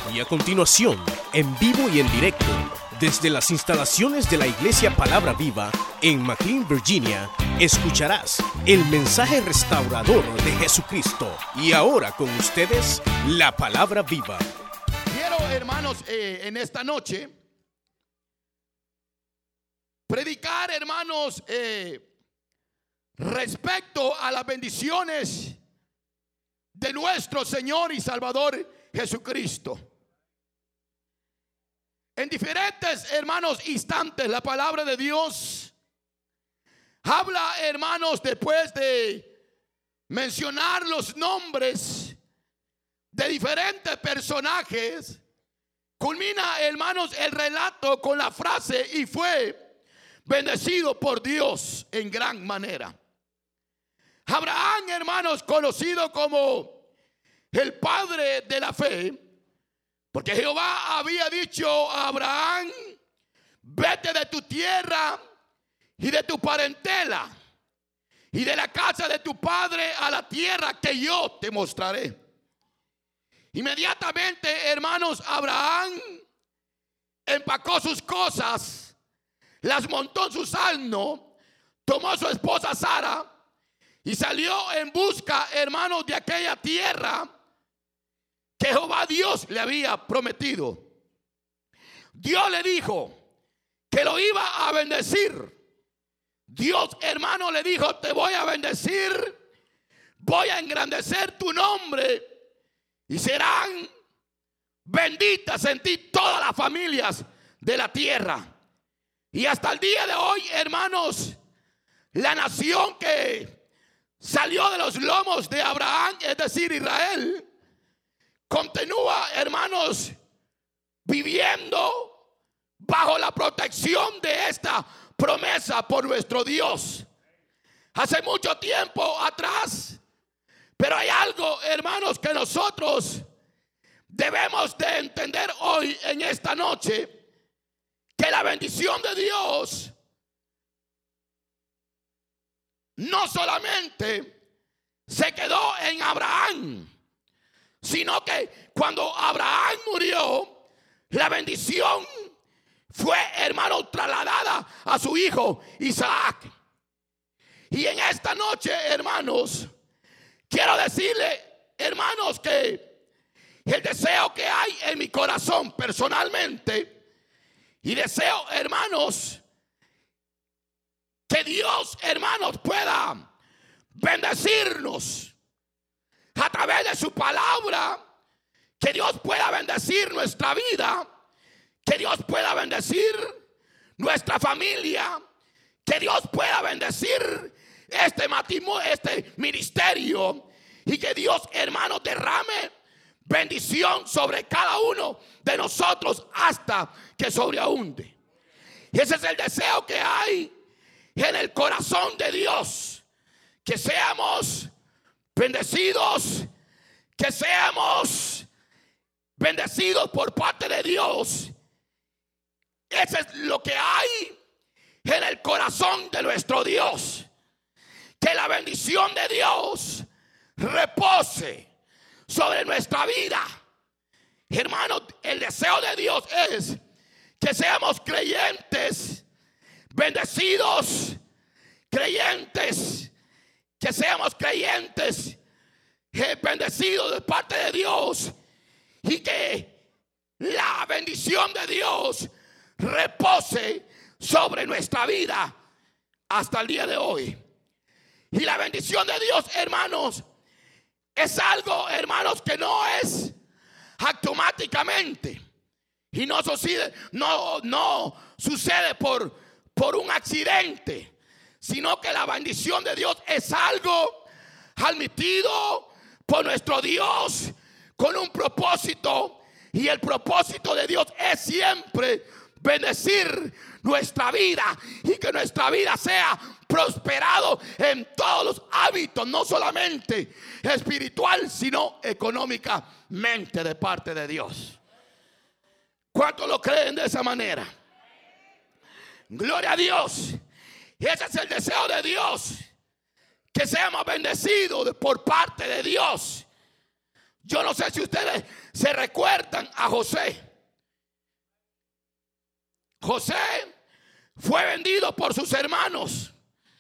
Y a continuación, en vivo y en directo, desde las instalaciones de la Iglesia Palabra Viva en McLean, Virginia, escucharás el mensaje restaurador de Jesucristo. Y ahora con ustedes, la Palabra Viva. Quiero, hermanos, en esta noche predicar, hermanos, respecto a las bendiciones de nuestro Señor y Salvador Jesucristo. En diferentes, hermanos, instantes la palabra de Dios habla, hermanos, después de mencionar los nombres de diferentes personajes, culmina, hermanos, el relato con la frase: y fue bendecido por Dios en gran manera. Abraham, hermanos, conocido como el padre de la fe, porque Jehová había dicho a Abraham: vete de tu tierra y de tu parentela y de la casa de tu padre a la tierra que yo te mostraré. Inmediatamente, hermanos, Abraham empacó sus cosas, las montó en su asno, tomó a su esposa Sara y salió en busca, hermanos, de aquella tierra que Jehová Dios le había prometido. Dios le dijo que lo iba a bendecir. Dios, hermano, le dijo: te voy a bendecir, voy a engrandecer tu nombre y serán benditas en ti todas las familias de la tierra. Y hasta el día de hoy, hermanos, la nación que salió de los lomos de Abraham, es decir, Israel, continúa, hermanos, viviendo bajo la protección de esta promesa por nuestro Dios. Hace mucho tiempo atrás, pero hay algo, hermanos, que nosotros debemos de entender hoy en esta noche: que la bendición de Dios no solamente se quedó en Abraham, sino que cuando Abraham murió, la bendición fue, hermano, trasladada a su hijo Isaac. Y en esta noche, hermanos, quiero decirle, hermanos, que el deseo que hay en mi corazón personalmente, y deseo, hermanos, que Dios, hermanos, pueda bendecirnos a través de su palabra, que Dios pueda bendecir nuestra vida, que Dios pueda bendecir nuestra familia, que Dios pueda bendecir este matrimonio, este ministerio, y que Dios, hermanos, derrame bendición sobre cada uno de nosotros hasta que sobreabunde. Y ese es el deseo que hay en el corazón de Dios: que seamos bendecidos, que seamos bendecidos por parte de Dios. Eso es lo que hay en el corazón de nuestro Dios. Que la bendición de Dios repose sobre nuestra vida. Hermanos, el deseo de Dios es que seamos creyentes, bendecidos, creyentes, que seamos creyentes, bendecidos de parte de Dios, y que la bendición de Dios repose sobre nuestra vida hasta el día de hoy. Y la bendición de Dios, hermanos, es algo, hermanos, que no es automáticamente, y no sucede por un accidente, sino que la bendición de Dios es algo admitido por nuestro Dios con un propósito, y el propósito de Dios es siempre bendecir nuestra vida, y que nuestra vida sea prosperado en todos los hábitos, no solamente espiritual, sino económicamente, de parte de Dios. ¿Cuántos lo creen de esa manera? Gloria a Dios. Y ese es el deseo de Dios, que seamos bendecidos por parte de Dios. Yo no sé si ustedes se recuerdan a José. José fue vendido por sus hermanos.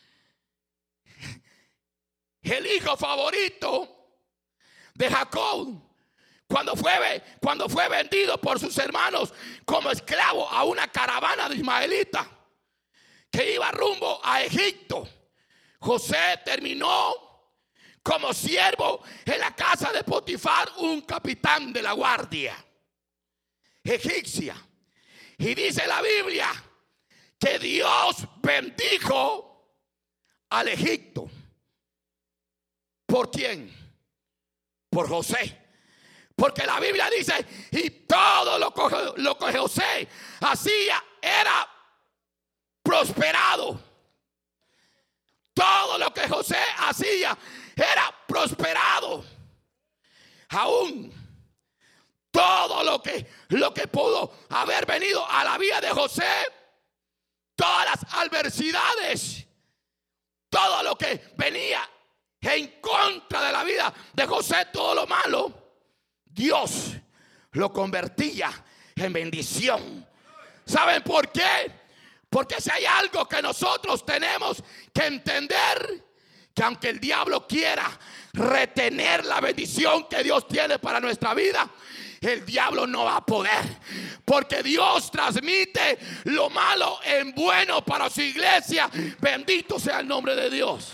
El hijo favorito de Jacob, cuando fue vendido por sus hermanos como esclavo a una caravana de ismaelitas que iba rumbo a Egipto, José terminó como siervo en la casa de Potifar, un capitán de la guardia egipcia. Y dice la Biblia que Dios bendijo al Egipto. ¿Por quién? Por José. Porque la Biblia dice, y todo lo que José hacía era prosperado. Todo lo que José hacía era prosperado. Aún todo lo que pudo haber venido a la vida de José, todas las adversidades, todo lo que venía en contra de la vida de José, todo lo malo, Dios lo convertía en bendición. ¿Saben por qué? Porque si hay algo que nosotros tenemos que entender, que aunque el diablo quiera retener la bendición que Dios tiene para nuestra vida, el diablo no va a poder, porque Dios transmite lo malo en bueno para su iglesia. Bendito sea el nombre de Dios.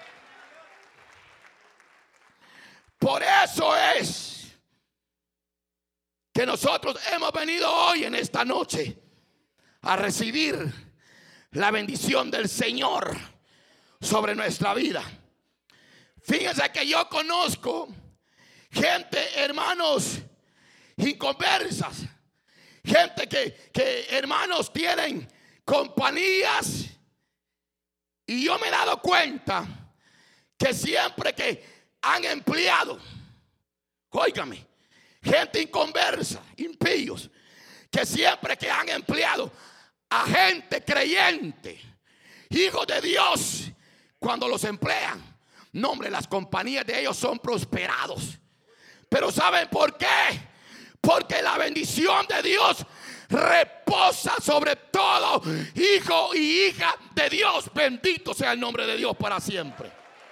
Por eso es que nosotros hemos venido hoy en esta noche a recibir la bendición del Señor sobre nuestra vida. Fíjense que yo conozco gente, hermanos, inconversas, gente que hermanos tienen compañías, y yo me he dado cuenta que siempre que han empleado, óigame, gente inconversa, impíos, que siempre que han empleado a gente creyente, hijos de Dios, cuando los emplean, no, hombre, las compañías de ellos son prosperados. Pero ¿saben por qué? Porque la bendición de Dios reposa sobre todo hijo y hija de Dios. Bendito sea el nombre de Dios para siempre.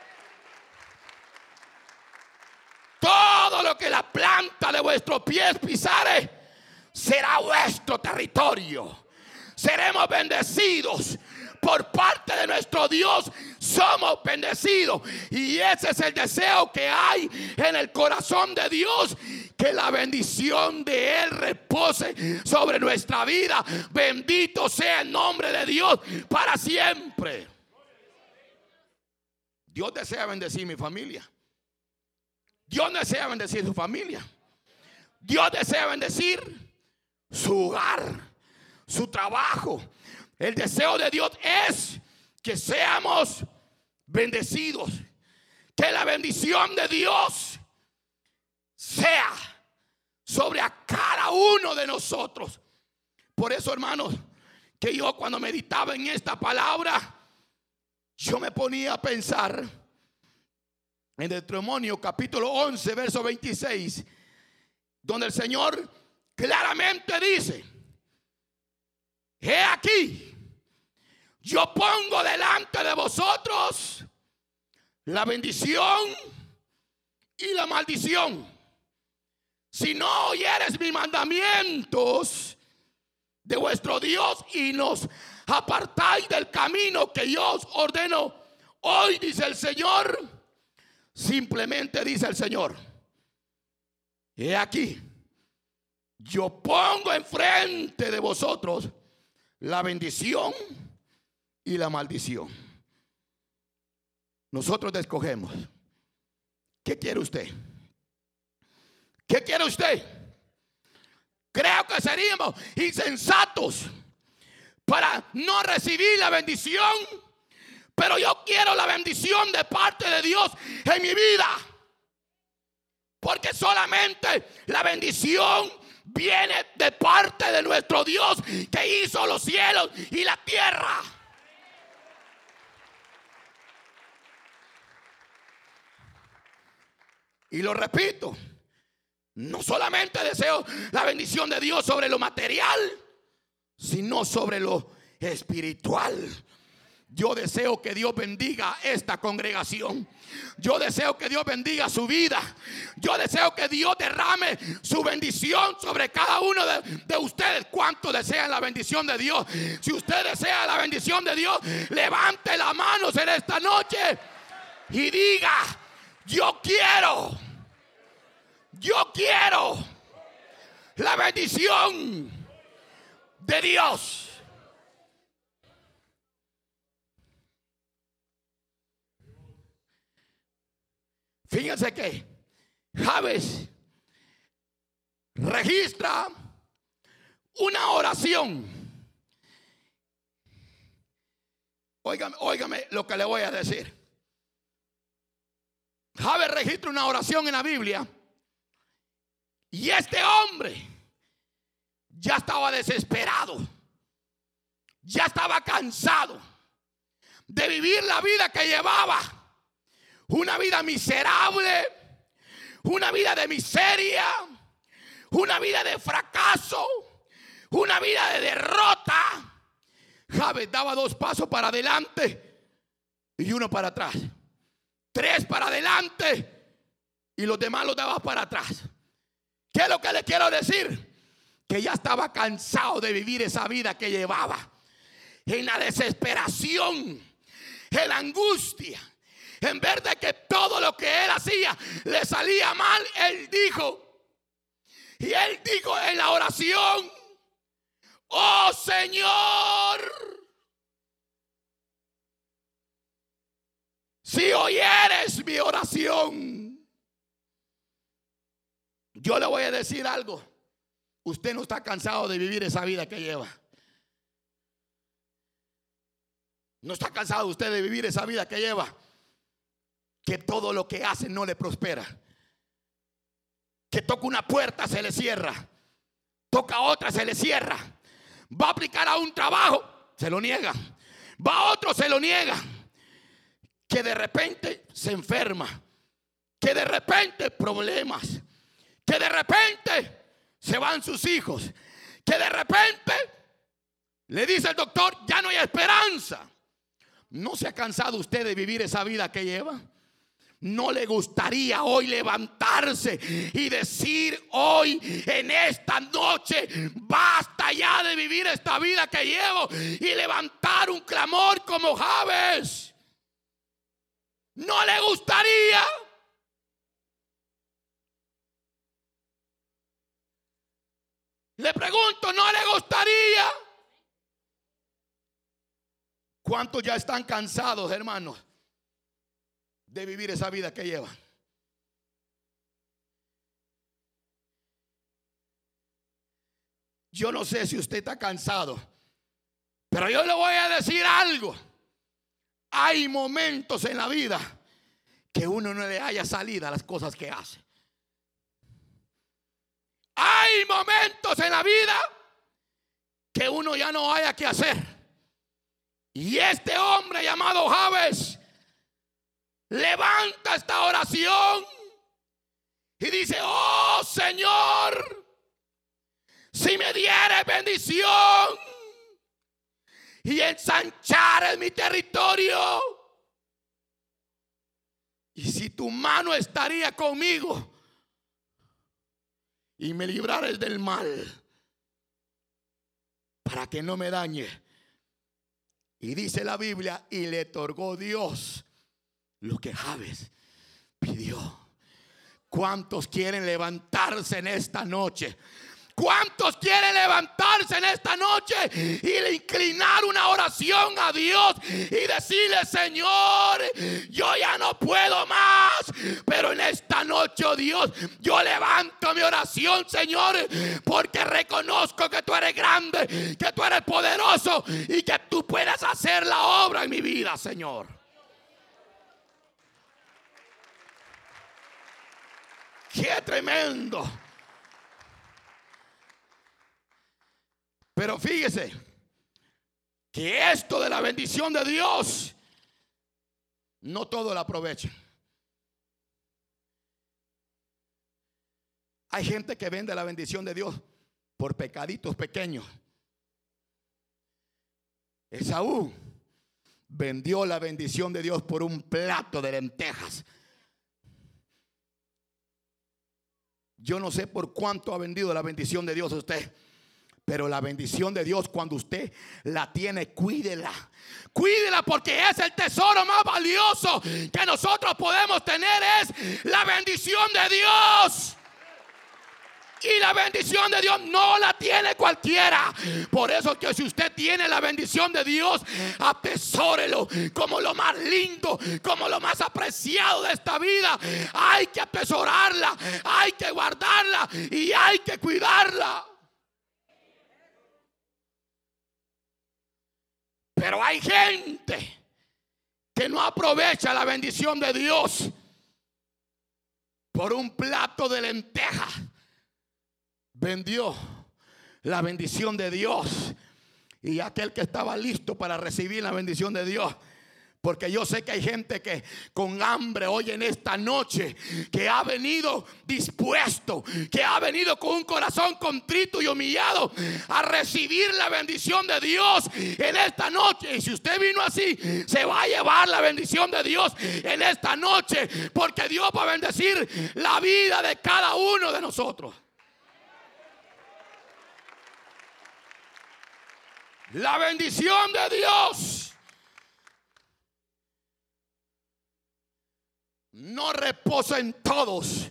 Todo lo que la planta de vuestros pies pisare será vuestro territorio. Seremos bendecidos por parte de nuestro Dios. Somos bendecidos, y ese es el deseo que hay en el corazón de Dios, que la bendición de Él repose sobre nuestra vida. Bendito sea el nombre de Dios para siempre. Dios desea bendecir mi familia. Dios desea bendecir su familia. Dios desea bendecir su hogar, su trabajo. El deseo de Dios es que seamos bendecidos, que la bendición de Dios sea sobre a cada uno de nosotros. Por eso, hermanos, que yo cuando meditaba en esta palabra, yo me ponía a pensar en Deuteronomio capítulo 11 verso 26, donde el Señor claramente dice: he aquí, yo pongo delante de vosotros la bendición y la maldición. Si no oyeres mis mandamientos de vuestro Dios y nos apartáis del camino que yo os ordeno hoy, dice el Señor, simplemente dice el Señor: he aquí, yo pongo enfrente de vosotros la bendición y la maldición. Nosotros escogemos. ¿Qué quiere usted? ¿Qué quiere usted? Creo que seríamos insensatos para no recibir la bendición, pero yo quiero la bendición de parte de Dios en mi vida, porque solamente la bendición viene de parte de nuestro Dios, que hizo los cielos y la tierra. Y lo repito, No solamente deseo la bendición de Dios sobre lo material, sino sobre lo espiritual. Yo deseo que Dios bendiga esta congregación. Yo deseo que Dios bendiga su vida. Yo deseo que Dios derrame su bendición sobre cada uno de ustedes. ¿Cuántos desean la bendición de Dios? Si usted desea la bendición de Dios, levante las manos en esta noche y diga: yo quiero la bendición de Dios. Fíjense que Jabes registra una oración. Óigame lo que le voy a decir. Jabes registra una oración en la Biblia. Y este hombre ya estaba desesperado. Ya estaba cansado de vivir la vida que llevaba. Una vida miserable, una vida de miseria, una vida de fracaso, una vida de derrota. Jabes daba 2 pasos para adelante y 1 para atrás. 3 para adelante y los demás los daba para atrás. ¿Qué es lo que le quiero decir? Que ya estaba cansado de vivir esa vida que llevaba. En la desesperación, en la angustia. En vez de que todo lo que él hacía le salía mal, él dijo en la oración: oh Señor, si oyeres mi oración. Yo le voy a decir algo. Usted no está cansado de vivir esa vida que lleva. No está cansado usted de vivir esa vida que lleva. Que todo lo que hace no le prospera. Que toca una puerta, se le cierra. Toca otra, se le cierra. Va a aplicar a un trabajo, se lo niega. Va a otro, se lo niega. Que de repente se enferma. Que de repente problemas. Que de repente se van sus hijos. Que de repente le dice el doctor: ya no hay esperanza. ¿No se ha cansado usted de vivir esa vida que lleva? ¿No le gustaría hoy levantarse y decir hoy, en esta noche, basta ya de vivir esta vida que llevo, y levantar un clamor como Jabes? ¿No le gustaría? Le pregunto, ¿no le gustaría? ¿Cuántos ya están cansados, hermanos, de vivir esa vida que llevan? Yo no sé si usted está cansado, pero yo le voy a decir algo. Hay momentos en la vida que uno no le haya salida a las cosas que hace. Hay momentos en la vida que uno ya no haya que hacer. Y este hombre llamado Jabes levanta esta oración y dice: oh Señor, si me dieres bendición y ensanchares mi territorio, y si tu mano estaría conmigo y me librares del mal, para que no me dañe. Y dice la Biblia: y le otorgó Dios lo que Jabes pidió. ¿Cuántos quieren levantarse en esta noche? ¿Cuántos quieren levantarse en esta noche y inclinar una oración a Dios y decirle: Señor, yo ya no puedo más, pero en esta noche, oh Dios, yo levanto mi oración, Señor, porque reconozco que tú eres grande, que tú eres poderoso y que tú puedes hacer la obra en mi vida, Señor? ¡Qué tremendo! Pero fíjese que esto de la bendición de Dios, no todo lo aprovechan. Hay gente que vende la bendición de Dios por pecaditos pequeños. Esaú vendió la bendición de Dios por un plato de lentejas. Yo no sé por cuánto ha vendido la bendición de Dios usted, pero la bendición de Dios, cuando usted la tiene, cuídela. Cuídela, porque es el tesoro más valioso que nosotros podemos tener, es la bendición de Dios. Y la bendición de Dios no la tiene cualquiera. Por eso que si usted tiene la bendición de Dios, atesórelo como lo más lindo, como lo más apreciado de esta vida. Hay que atesorarla, hay que guardarla y hay que cuidarla. Pero hay gente que no aprovecha la bendición de Dios por un plato de lentejas. Vendió la bendición de Dios. Y aquel que estaba listo para recibir la bendición de Dios, porque yo sé que hay gente que con hambre hoy en esta noche, que ha venido dispuesto, que ha venido con un corazón contrito y humillado a recibir la bendición de Dios en esta noche. Y si usted vino así, se va a llevar la bendición de Dios en esta noche, porque Dios va a bendecir la vida de cada uno de nosotros. La bendición de Dios no reposa en todos,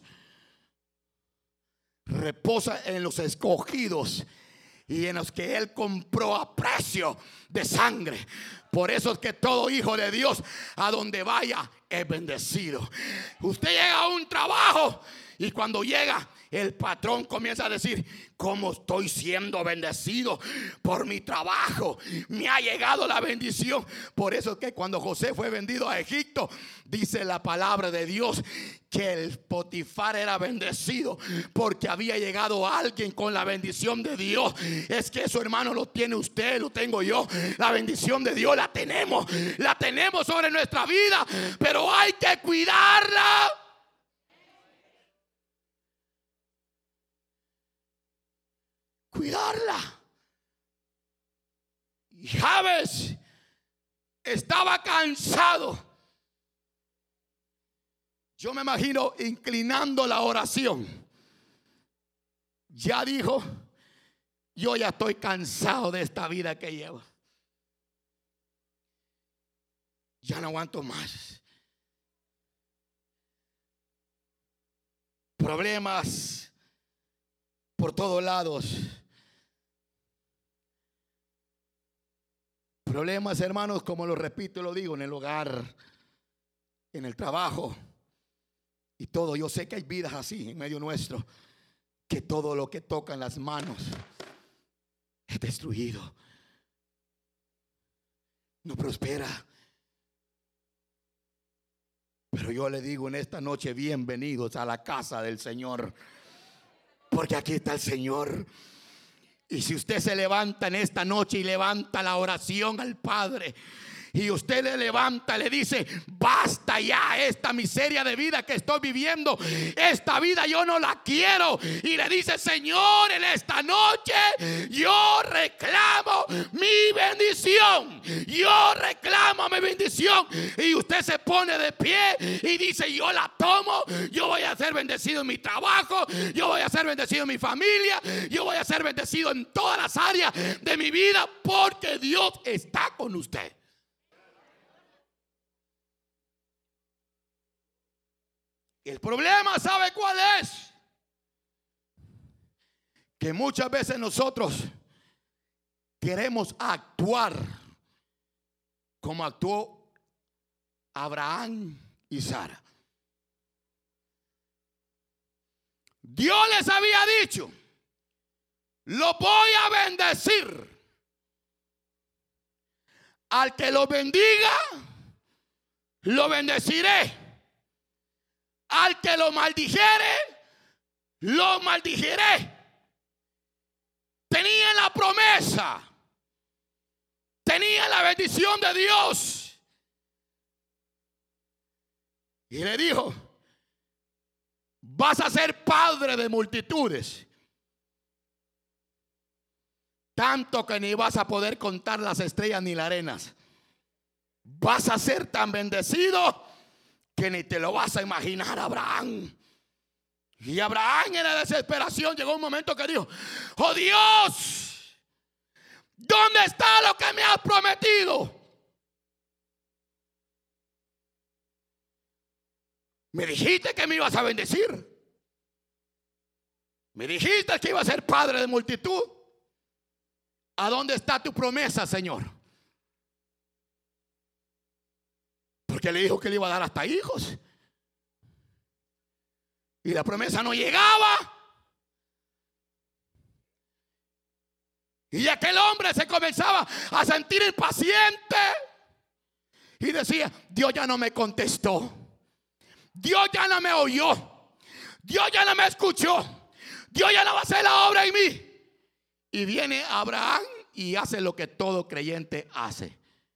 reposa en los escogidos y en los que Él compró a precio de sangre. Por eso es que todo hijo de Dios, a donde vaya, es bendecido. Usted llega a un trabajo y cuando llega, el patrón comienza a decir: ¿cómo estoy siendo bendecido por mi trabajo? Me ha llegado la bendición. Por eso es que cuando José fue vendido a Egipto, dice la palabra de Dios que el Potifar era bendecido porque había llegado alguien con la bendición de Dios. Es que eso, hermano, lo tiene usted, lo tengo yo. La bendición de Dios la tenemos sobre nuestra vida, pero hay que cuidarla. Cuidarla. Y Jabes estaba cansado. Yo me imagino inclinando la oración. Ya dijo: yo ya estoy cansado de esta vida que llevo. Ya no aguanto más. Problemas por todos lados. Problemas, hermanos, como lo repito y lo digo, en el hogar, en el trabajo y todo. Yo sé que hay vidas así en medio nuestro, que todo lo que tocan las manos es destruido, no prospera. Pero yo le digo en esta noche: bienvenidos a la casa del Señor, porque aquí está el Señor. Y si usted se levanta en esta noche y levanta la oración al Padre, y usted le levanta, le dice: basta ya esta miseria de vida que estoy viviendo, esta vida yo no la quiero, y le dice: Señor, en esta noche yo reclamo mi bendición, yo reclamo mi bendición. Y usted se pone de pie y dice: yo la tomo, yo voy a ser bendecido en mi trabajo, yo voy a ser bendecido en mi familia, yo voy a ser bendecido en todas las áreas de mi vida, porque Dios está con usted. El problema, ¿sabe cuál es? Que muchas veces nosotros queremos actuar como actuó Abraham y Sara. Dios les había dicho: lo voy a bendecir. Al que lo bendiga, lo bendeciré. Al que lo maldijere, lo maldijiré. Tenía la promesa, tenía la bendición de Dios. Y le dijo: vas a ser padre de multitudes. Tanto que ni vas a poder contar las estrellas ni las arenas. Vas a ser tan bendecido que ni te lo vas a imaginar, Abraham. Y Abraham en la desesperación llegó un momento que dijo: oh Dios, ¿dónde está lo que me has prometido? Me dijiste que me ibas a bendecir. Me dijiste que iba a ser padre de multitud. ¿A dónde está tu promesa, Señor? Porque le dijo que le iba a dar hasta hijos. Y la promesa no llegaba. Y aquel hombre se comenzaba a sentir impaciente. Y decía: Dios ya no me contestó. Dios ya no me oyó. Dios ya no me escuchó. Dios ya no va a hacer la obra en mí. Y viene Abraham y hace lo que todo creyente hace.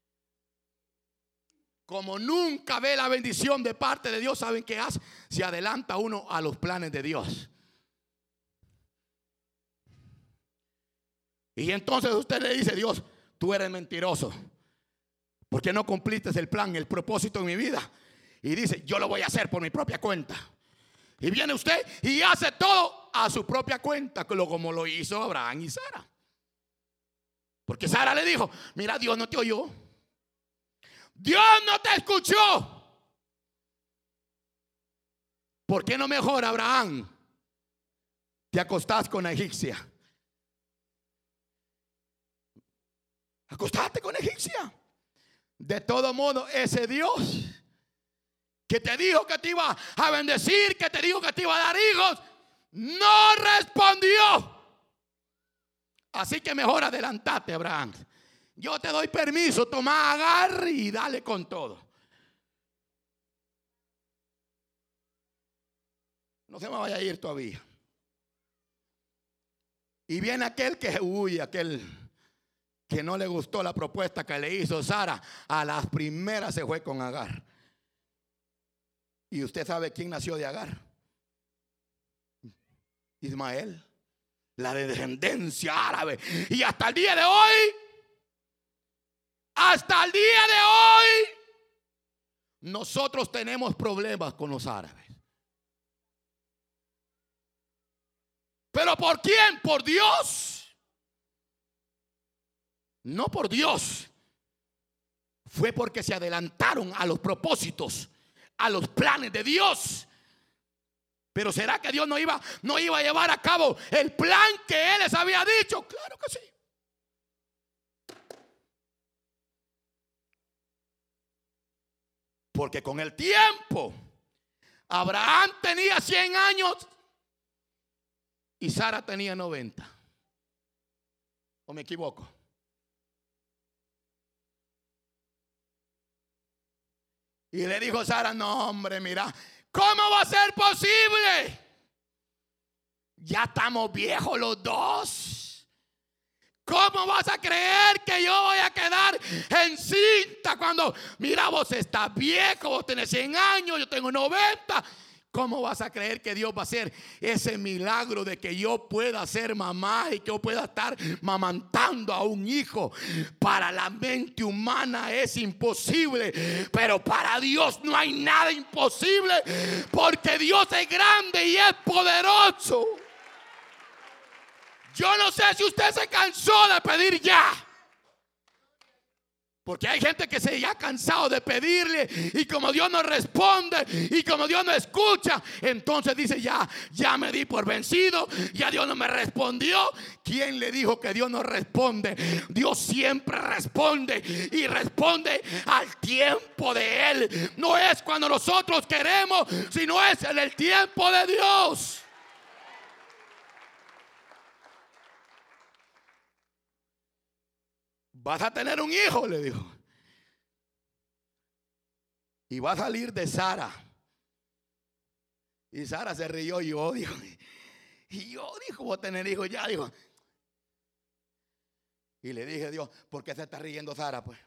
Como nunca ve la bendición de parte de Dios, ¿saben qué hace? Se adelanta uno a los planes de Dios. Y entonces usted le dice: Dios, tú eres mentiroso, porque no cumpliste el plan, el propósito en mi vida. Y dice: yo lo voy a hacer por mi propia cuenta. Y viene usted y hace todo a su propia cuenta, como lo hizo Abraham y Sara. Porque Sara le dijo: mira, Dios no te oyó. Dios no te escuchó. ¿Por qué no mejor, Abraham, te acostás con la egipcia? Acostaste con la egipcia. De todo modo, ese Dios que te dijo que te iba a bendecir, que te dijo que te iba a dar hijos, no respondió. Así que mejor adelantate, Abraham. Yo te doy permiso, toma, agarre y dale con todo. No se me vaya a ir todavía. Y viene aquel que no le gustó la propuesta que le hizo Sara. A las primeras se fue con Agar. ¿Y usted sabe quién nació de Agar? Ismael, la de descendencia árabe. Y hasta el día de hoy, nosotros tenemos problemas con los árabes. ¿Pero por quién? Por Dios. No por Dios. Fue porque se adelantaron a los propósitos, a los planes de Dios. Pero ¿será que Dios no iba a llevar a cabo el plan que Él les había dicho? Claro que sí. Porque con el tiempo Abraham tenía 100 años y Sara tenía 90. ¿O me equivoco? Y le dijo Sara: no, hombre, mira, ¿cómo va a ser posible? Ya estamos viejos los dos. ¿Cómo vas a creer que yo voy a quedar encinta cuando, mira, vos estás viejo, vos tenés 100 años, yo tengo 90? ¿Cómo vas a creer que Dios va a hacer ese milagro de que yo pueda ser mamá y que yo pueda estar mamantando a un hijo? Para la mente humana es imposible, pero para Dios no hay nada imposible, porque Dios es grande y es poderoso. Yo no sé si usted se cansó de pedir ya. Porque hay gente que se ya ha cansado de pedirle, y como Dios no responde y como Dios no escucha, entonces dice: ya me di por vencido, ya Dios no me respondió. ¿Quién le dijo que Dios no responde? Dios siempre responde, y responde al tiempo de Él. No es cuando nosotros queremos, sino es en el tiempo de Dios. Vas a tener un hijo, le dijo. Y va a salir de Sara. Y Sara se rió y yo dijo: voy a tener hijos ya, dijo. Y le dije: Dios, ¿por qué se está riendo Sara, pues?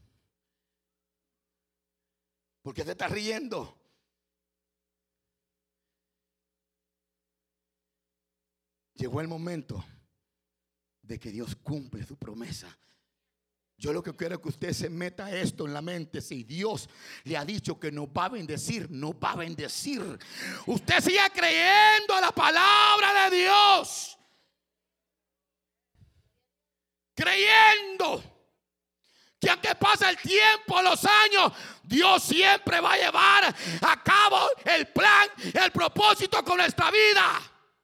¿Por qué se está riendo? llegó el momento de que Dios cumple su promesa. Yo lo que quiero es que usted se meta esto en la mente. Si Dios le ha dicho que nos va a bendecir, nos va a bendecir. Usted siga creyendo a la palabra de Dios, creyendo que aunque pase el tiempo, los años, Dios siempre va a llevar a cabo el plan, el propósito con nuestra vida.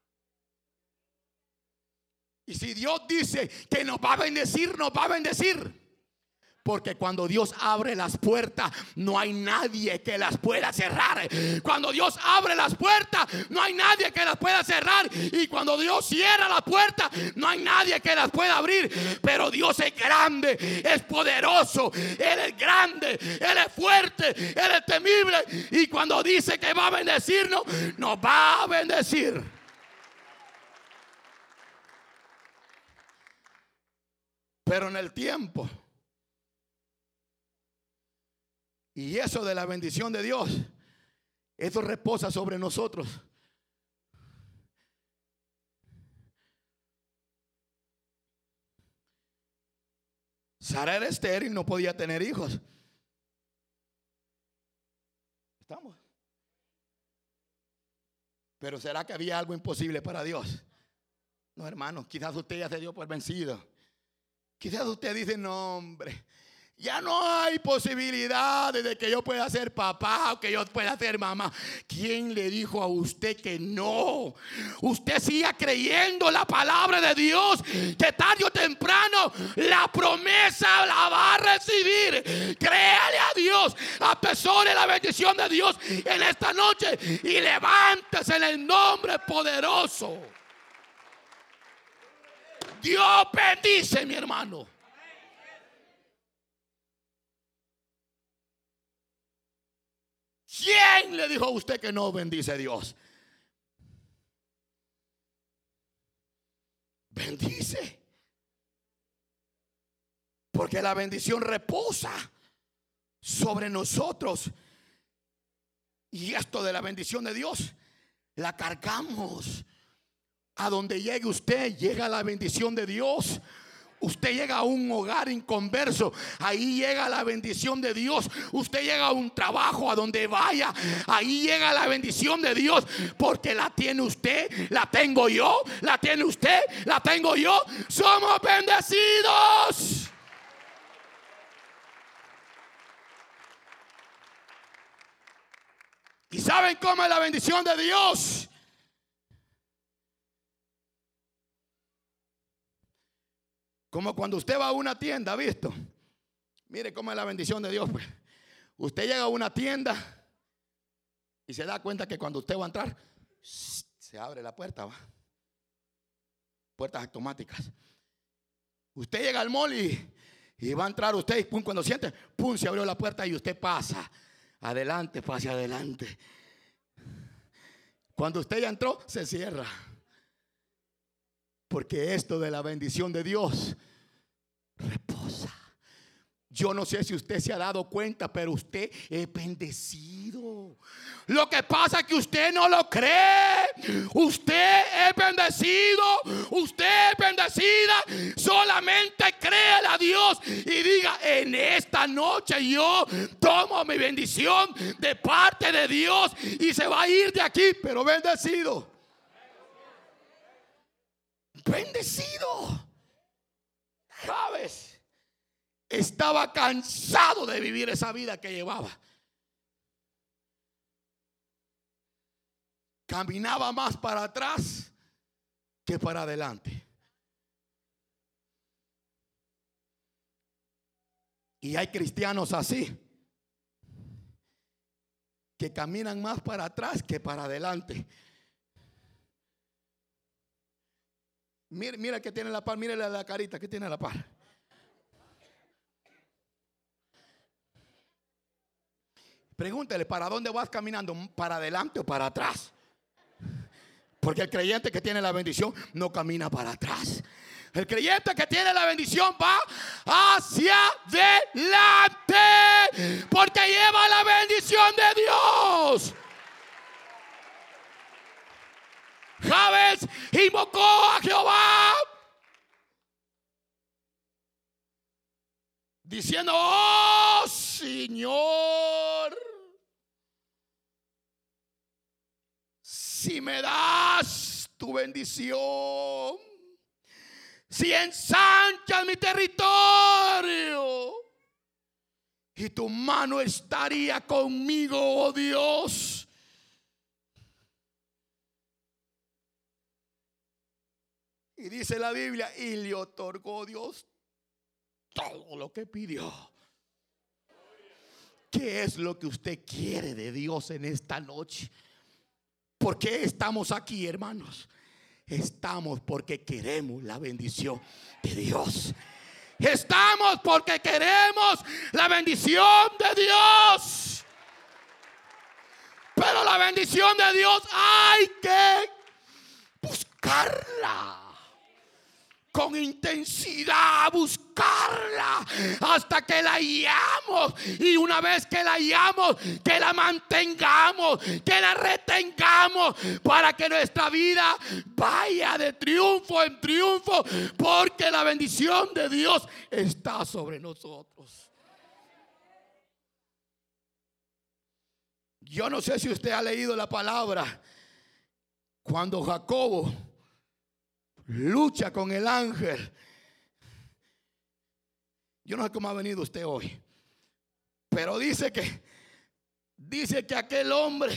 Y si Dios dice que nos va a bendecir, nos va a bendecir. Porque cuando Dios abre las puertas, no hay nadie que las pueda cerrar. Cuando Dios abre las puertas, no hay nadie que las pueda cerrar. Y cuando Dios cierra las puertas, no hay nadie que las pueda abrir. Pero Dios es grande, es poderoso, Él es grande, Él es fuerte, Él es temible. Y cuando dice que va a bendecirnos, nos va a bendecir. Pero en el tiempo, y eso de la bendición de Dios, eso reposa sobre nosotros. Sara era estéril, no podía tener hijos. ¿Estamos? Pero ¿será que había algo imposible para Dios? No, hermano, quizás usted ya se dio por vencido. Quizás usted dice, no, hombre, ya no hay posibilidades de que yo pueda ser papá o que yo pueda ser mamá. ¿Quién le dijo a usted que no? Usted siga creyendo la palabra de Dios, que tarde o temprano la promesa la va a recibir. Créale a Dios, atesore la bendición de Dios en esta noche y levántese en el nombre poderoso. Dios bendice, mi hermano. ¿Quién le dijo a usted que no bendice Dios? Bendice. Porque la bendición reposa sobre nosotros. Y esto de la bendición de Dios la cargamos. A donde llegue usted, llega la bendición de Dios. Usted llega a un hogar inconverso, ahí llega la bendición de Dios. Usted llega a un trabajo, a donde vaya, ahí llega la bendición de Dios. Porque la tiene usted, la tengo yo, la tiene usted, la tengo yo. Somos bendecidos. ¿Y saben cómo es la bendición de Dios? Como cuando usted va a una tienda, ¿visto? Mire cómo es la bendición de Dios, pues. Usted llega a una tienda y se da cuenta que cuando usted va a entrar, se abre la puerta, ¿va? Puertas automáticas. Usted llega al mall y va a entrar usted y pum, cuando siente, pum, se abrió la puerta y usted pasa. Adelante, pase adelante. Cuando usted ya entró, se cierra. Porque esto de la bendición de Dios reposa. Yo no sé si usted se ha dado cuenta, pero usted es bendecido. Lo que pasa es que usted no lo cree. Usted es bendecido. Usted es bendecida. Solamente créale a Dios y diga: en esta noche yo tomo mi bendición de parte de Dios y se va a ir de aquí, pero bendecido. Bendecido. ¿Sabes? Estaba cansado de vivir esa vida que llevaba. Caminaba más para atrás que para adelante. Y hay cristianos así, que caminan más para atrás que para adelante. Mira que tiene la par, mire la carita que tiene la par. Pregúntele: ¿para dónde vas caminando? ¿Para adelante o para atrás? Porque el creyente que tiene la bendición no camina para atrás. El creyente que tiene la bendición va hacia adelante, porque lleva la bendición de Dios. Jabez invocó a Jehová diciendo: oh Señor, si me das tu bendición, si ensanchas mi territorio, y tu mano estaría conmigo, oh Dios. Y dice la Biblia, y le otorgó Dios todo lo que pidió. ¿Qué es lo que usted quiere de Dios en esta noche? ¿Por qué estamos aquí, hermanos? Estamos porque queremos la bendición de Dios. Estamos porque queremos la bendición de Dios. Pero la bendición de Dios hay que buscarla con intensidad, buscarla hasta que la hallamos. Y una vez que la hallamos, que la mantengamos, que la retengamos, para que nuestra vida vaya de triunfo en triunfo, porque la bendición de Dios está sobre nosotros. Yo no sé si usted ha leído la palabra cuando Jacobo lucha con el ángel. Yo no sé cómo ha venido usted hoy, pero dice que aquel hombre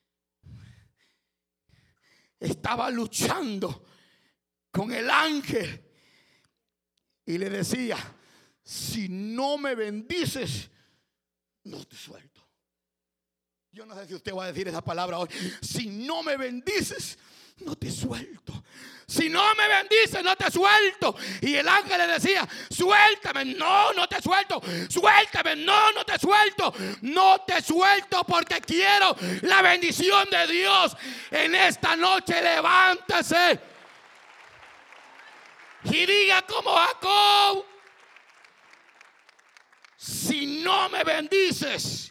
estaba luchando con el ángel y le decía: si no me bendices, no te suelto. Yo no sé si usted va a decir esa palabra hoy: si no me bendices, no te suelto. Si no me bendices, no te suelto. Y el ángel le decía: suéltame. No, no te suelto. Suéltame. No, no te suelto. No te suelto porque quiero la bendición de Dios. En esta noche levántese y diga como Jacob: si no me bendices,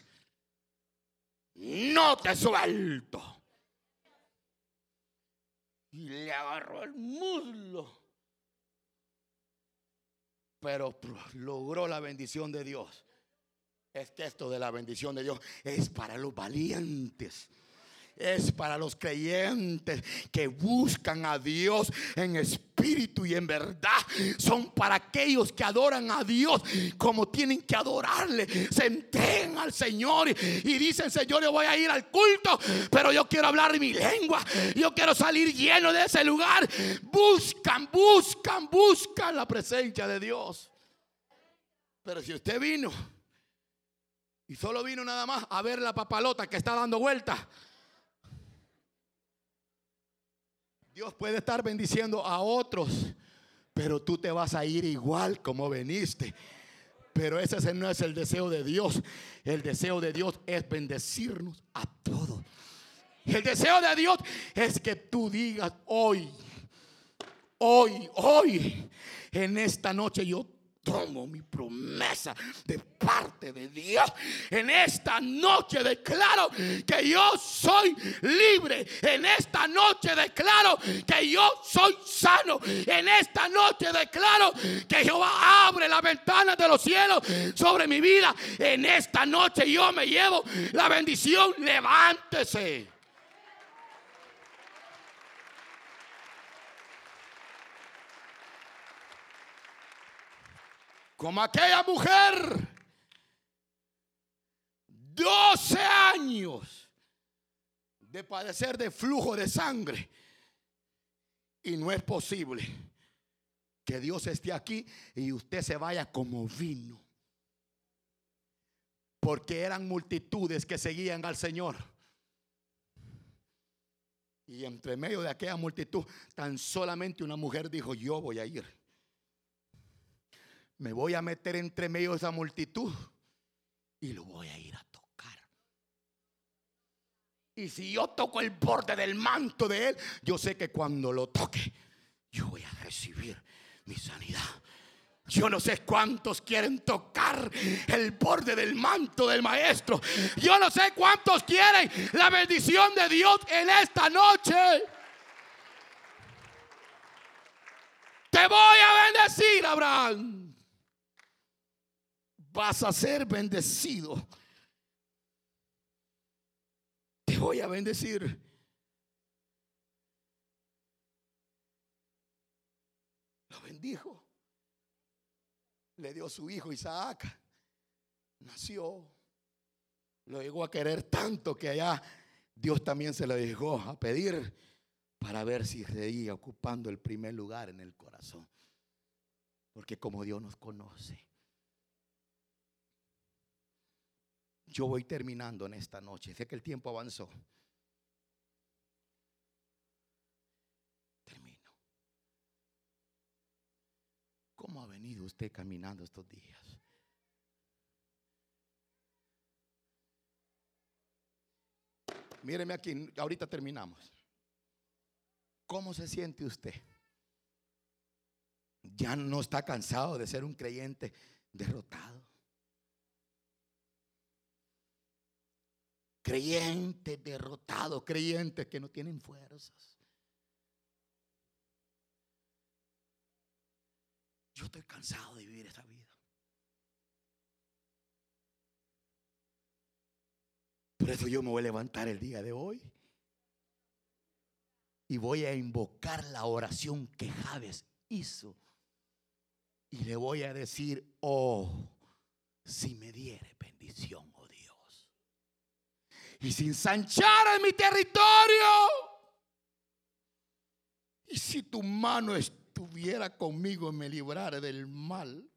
no te suelto. Y le agarró el muslo, pero logró la bendición de Dios. Es que esto de la bendición de Dios es para los valientes. Es para los creyentes que buscan a Dios en espíritu y en verdad. Son para aquellos que adoran a Dios como tienen que adorarle. Se entregan al Señor y dicen: Señor, yo voy a ir al culto, pero yo quiero hablar mi lengua. Yo quiero salir lleno de ese lugar. Buscan la presencia de Dios. Pero si usted vino y solo vino nada más a ver la papalota que está dando vuelta, Dios puede estar bendiciendo a otros, pero tú te vas a ir igual como veniste. Pero ese no es el deseo de Dios. El deseo de Dios es bendecirnos a todos. El deseo de Dios es que tú digas: hoy, en esta noche yo tomo mi promesa de parte de Dios. En esta noche declaro que yo soy libre. En esta noche declaro que yo soy sano. En esta noche declaro que Jehová abre la ventana de los cielos sobre mi vida. En esta noche yo me llevo la bendición. Levántese. Como aquella mujer, 12 años de padecer de flujo de sangre. Y no es posible que Dios esté aquí y usted se vaya como vino. Porque eran multitudes que seguían al Señor. Y entre medio de aquella multitud, tan solamente una mujer dijo: yo voy a ir. Me voy a meter entre medio de esa multitud y lo voy a ir a tocar. Y si yo toco el borde del manto de él, yo sé que cuando lo toque, yo voy a recibir mi sanidad. Yo no sé cuántos quieren tocar el borde del manto del maestro. Yo no sé cuántos quieren la bendición de Dios en esta noche. te voy a bendecir, Abraham. Vas a ser bendecido. Te voy a bendecir. Lo bendijo. Le dio su hijo Isaac. Nació. Lo llegó a querer tanto que allá Dios también se lo llegó a pedir para ver si seguía ocupando el primer lugar en el corazón. Porque como Dios nos conoce. Yo voy terminando en esta noche. Sé que el tiempo avanzó. Termino. ¿Cómo ha venido usted caminando estos días? Míreme aquí, ahorita terminamos. ¿Cómo se siente usted? ¿Ya no está cansado de ser un creyente derrotado? Creyentes derrotados, creyentes que no tienen fuerzas. Yo estoy cansado de vivir esa vida. Por eso yo me voy a levantar el día de hoy y voy a invocar la oración que Jabes hizo. Y le voy a decir: oh, si me diere bendición, oh Dios. Y si ensanchara en mi territorio, y si tu mano estuviera conmigo y me librara del mal.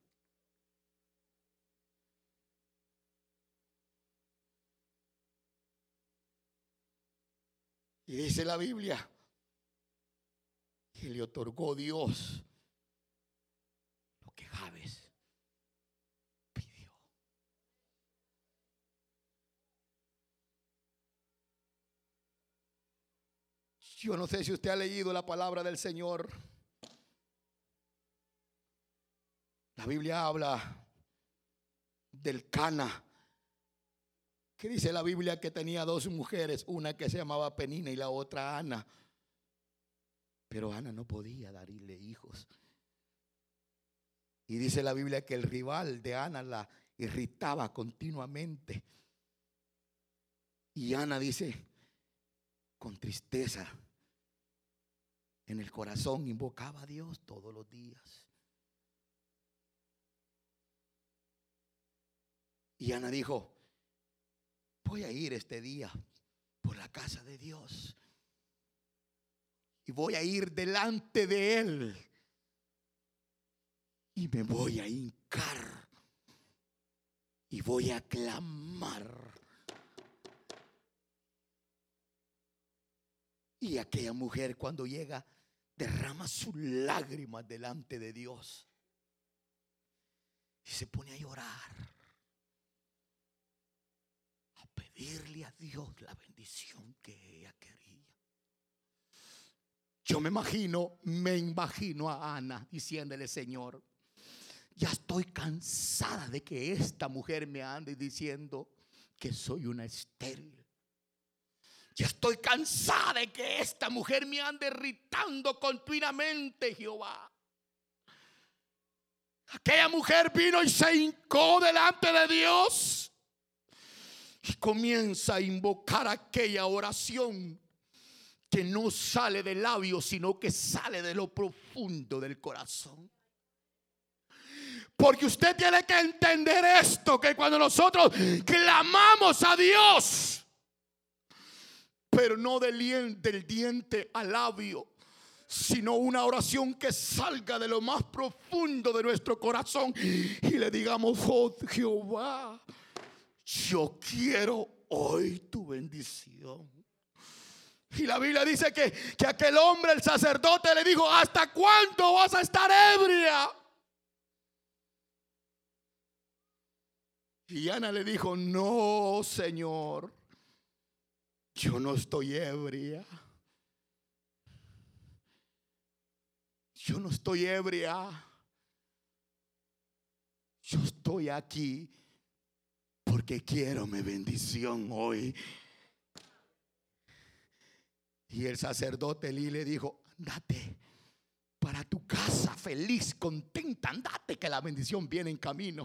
Y dice la Biblia que le otorgó Dios lo que Jabes pidió. Yo no sé si usted ha leído la palabra del Señor. La Biblia habla del Cana, que dice la Biblia que tenía dos mujeres, una que se llamaba Penina y la otra Ana. Pero Ana no podía darle hijos. Y dice la Biblia que el rival de Ana la irritaba continuamente. Y Ana dice, con tristeza en el corazón, invocaba a Dios todos los días. Y Ana dijo: voy a ir este día por la casa de Dios y voy a ir delante de Él y me voy a hincar y voy a clamar. Y aquella mujer, cuando llega, derrama sus lágrimas delante de Dios y se pone a llorar, pedirle a Dios la bendición que ella quería. Yo me imagino a Ana diciéndole: Señor, ya estoy cansada de que esta mujer me ande diciendo que soy una estéril. Ya estoy cansada de que esta mujer me ande irritando continuamente, Jehová. Aquella mujer vino y se hincó delante de Dios y comienza a invocar aquella oración que no sale del labio, sino que sale de lo profundo del corazón. Porque usted tiene que entender esto, que cuando nosotros clamamos a Dios, pero no del diente al labio, sino una oración que salga de lo más profundo de nuestro corazón y le digamos: oh Jehová, yo quiero hoy tu bendición. Y la Biblia dice que aquel hombre, el sacerdote, le dijo: ¿hasta cuándo vas a estar ebria? Y Ana le dijo: no, Señor, yo no estoy ebria. Yo no estoy ebria. Yo estoy aquí porque quiero mi bendición hoy. Y el sacerdote Elí le dijo: andate para tu casa feliz, contenta. Andate que la bendición viene en camino.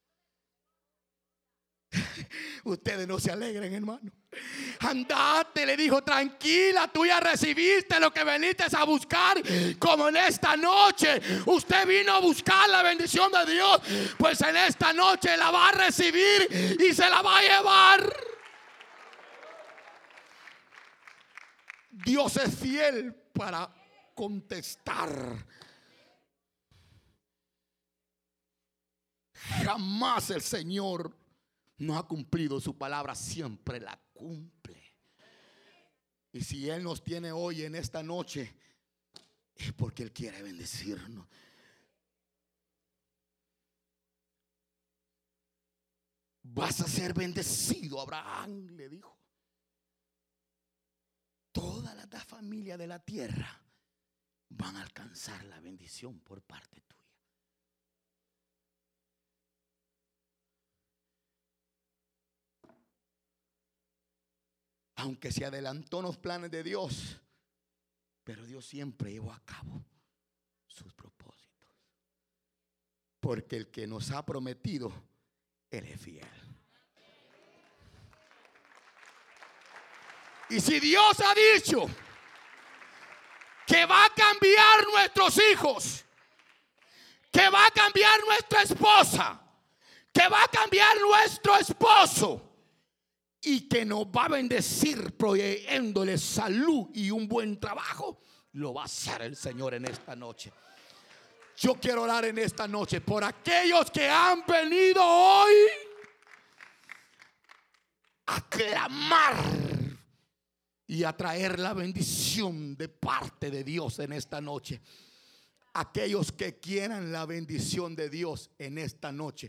Ustedes no se alegren, hermano. Andate, le dijo, tranquila, tú ya recibiste lo que veniste a buscar. Como en esta noche usted vino a buscar la bendición de Dios, pues en esta noche la va a recibir y se la va a llevar. Dios es fiel para contestar. Jamás el Señor no ha cumplido su palabra, siempre la cumple. Y si Él nos tiene hoy en esta noche, es porque Él quiere bendecirnos. Vas a ser bendecido, Abraham le dijo. Toda la familia de la tierra van a alcanzar la bendición por parte tuya. Aunque se adelantó en los planes de Dios, pero Dios siempre llevó a cabo sus propósitos. Porque el que nos ha prometido, Él es fiel. Y si Dios ha dicho que va a cambiar nuestros hijos, que va a cambiar nuestra esposa, que va a cambiar nuestro esposo, y que nos va a bendecir proveyéndole salud y un buen trabajo, lo va a hacer el Señor en esta noche. Yo quiero orar en esta noche por aquellos que han venido hoy a clamar y a traer la bendición de parte de Dios en esta noche. Aquellos que quieran la bendición de Dios en esta noche.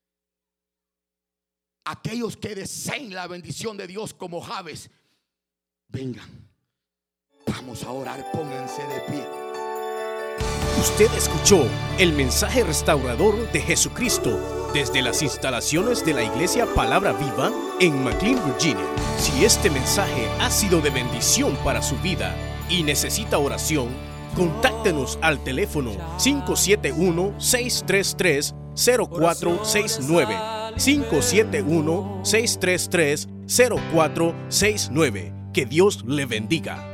Aquellos que deseen la bendición de Dios como Jabes, vengan. Vamos a orar, pónganse de pie. Usted escuchó el mensaje restaurador de Jesucristo desde las instalaciones de la Iglesia Palabra Viva en McLean, Virginia. Si este mensaje ha sido de bendición para su vida y necesita oración, contáctenos al teléfono 571-633-0469. 571-633-0469. Que Dios le bendiga.